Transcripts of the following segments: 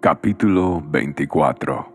Capítulo 24.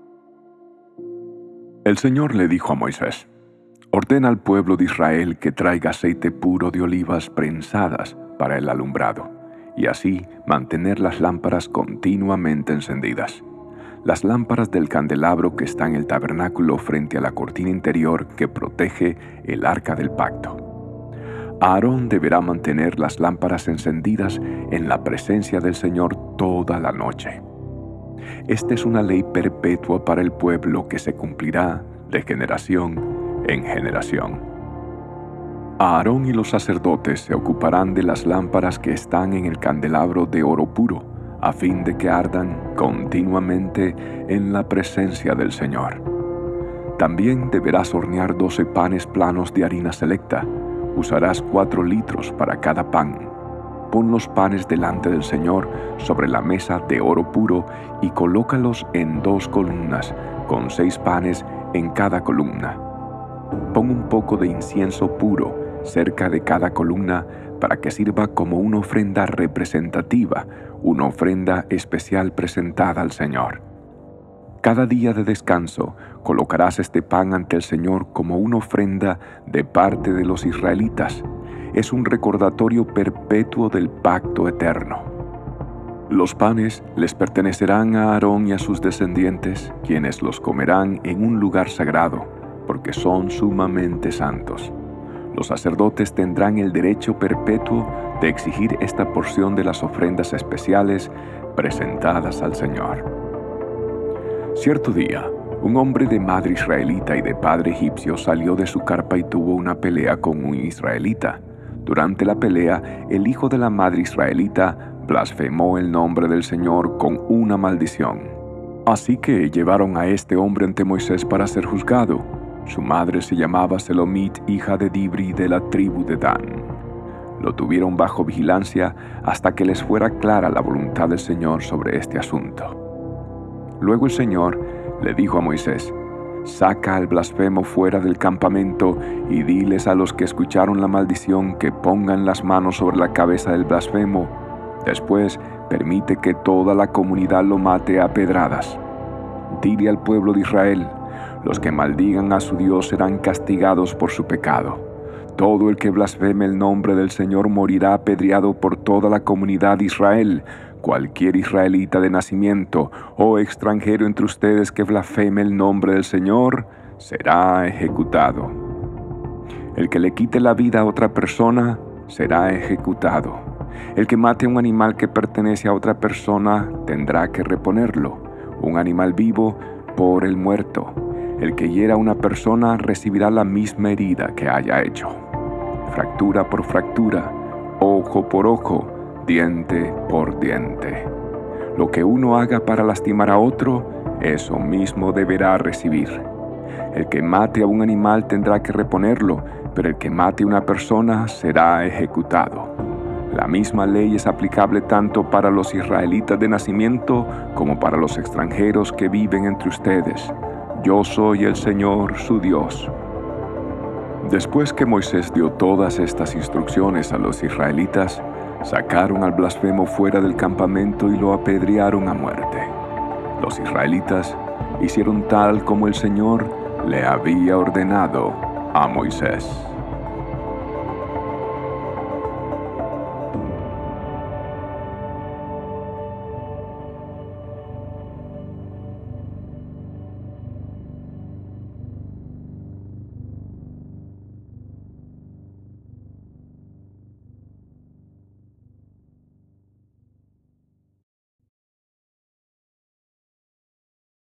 El Señor le dijo a Moisés: ordena al pueblo de Israel que traiga aceite puro de olivas prensadas para el alumbrado, y así mantener las lámparas continuamente encendidas. Las lámparas del candelabro que está en el tabernáculo frente a la cortina interior que protege el arca del pacto. Aarón deberá mantener las lámparas encendidas en la presencia del Señor toda la noche. Esta es una ley perpetua para el pueblo que se cumplirá de generación en generación. Aarón y los sacerdotes se ocuparán de las lámparas que están en el candelabro de oro puro, a fin de que ardan continuamente en la presencia del Señor. También deberás hornear 12 panes planos de harina selecta. Usarás 4 litros para cada pan. Pon los panes delante del Señor sobre la mesa de oro puro y colócalos en 2 columnas, con 6 panes en cada columna. Pon un poco de incienso puro cerca de cada columna para que sirva como una ofrenda representativa, una ofrenda especial presentada al Señor. Cada día de descanso colocarás este pan ante el Señor como una ofrenda de parte de los israelitas. Es un recordatorio perpetuo del pacto eterno. Los panes les pertenecerán a Aarón y a sus descendientes, quienes los comerán en un lugar sagrado, porque son sumamente santos. Los sacerdotes tendrán el derecho perpetuo de exigir esta porción de las ofrendas especiales presentadas al Señor. Cierto día, un hombre de madre israelita y de padre egipcio salió de su carpa y tuvo una pelea con un israelita. Durante la pelea, el hijo de la madre israelita blasfemó el nombre del Señor con una maldición. Así que llevaron a este hombre ante Moisés para ser juzgado. Su madre se llamaba Selomit, hija de Dibri, de la tribu de Dan. Lo tuvieron bajo vigilancia hasta que les fuera clara la voluntad del Señor sobre este asunto. Luego el Señor le dijo a Moisés: saca al blasfemo fuera del campamento y diles a los que escucharon la maldición que pongan las manos sobre la cabeza del blasfemo. Después permite que toda la comunidad lo mate a pedradas. Dile al pueblo de Israel: los que maldigan a su Dios serán castigados por su pecado. Todo el que blasfeme el nombre del Señor morirá apedreado por toda la comunidad de Israel. Cualquier israelita de nacimiento o extranjero entre ustedes que blasfeme el nombre del Señor será ejecutado. El que le quite la vida a otra persona será ejecutado. El que mate un animal que pertenece a otra persona tendrá que reponerlo, un animal vivo por el muerto. El que hiera a una persona recibirá la misma herida que haya hecho. Fractura por fractura, ojo por ojo, diente por diente. Lo que uno haga para lastimar a otro, eso mismo deberá recibir. El que mate a un animal tendrá que reponerlo, pero el que mate a una persona será ejecutado. La misma ley es aplicable tanto para los israelitas de nacimiento como para los extranjeros que viven entre ustedes. Yo soy el Señor, su Dios. Después que Moisés dio todas estas instrucciones a los israelitas, sacaron al blasfemo fuera del campamento y lo apedrearon a muerte. Los israelitas hicieron tal como el Señor le había ordenado a Moisés.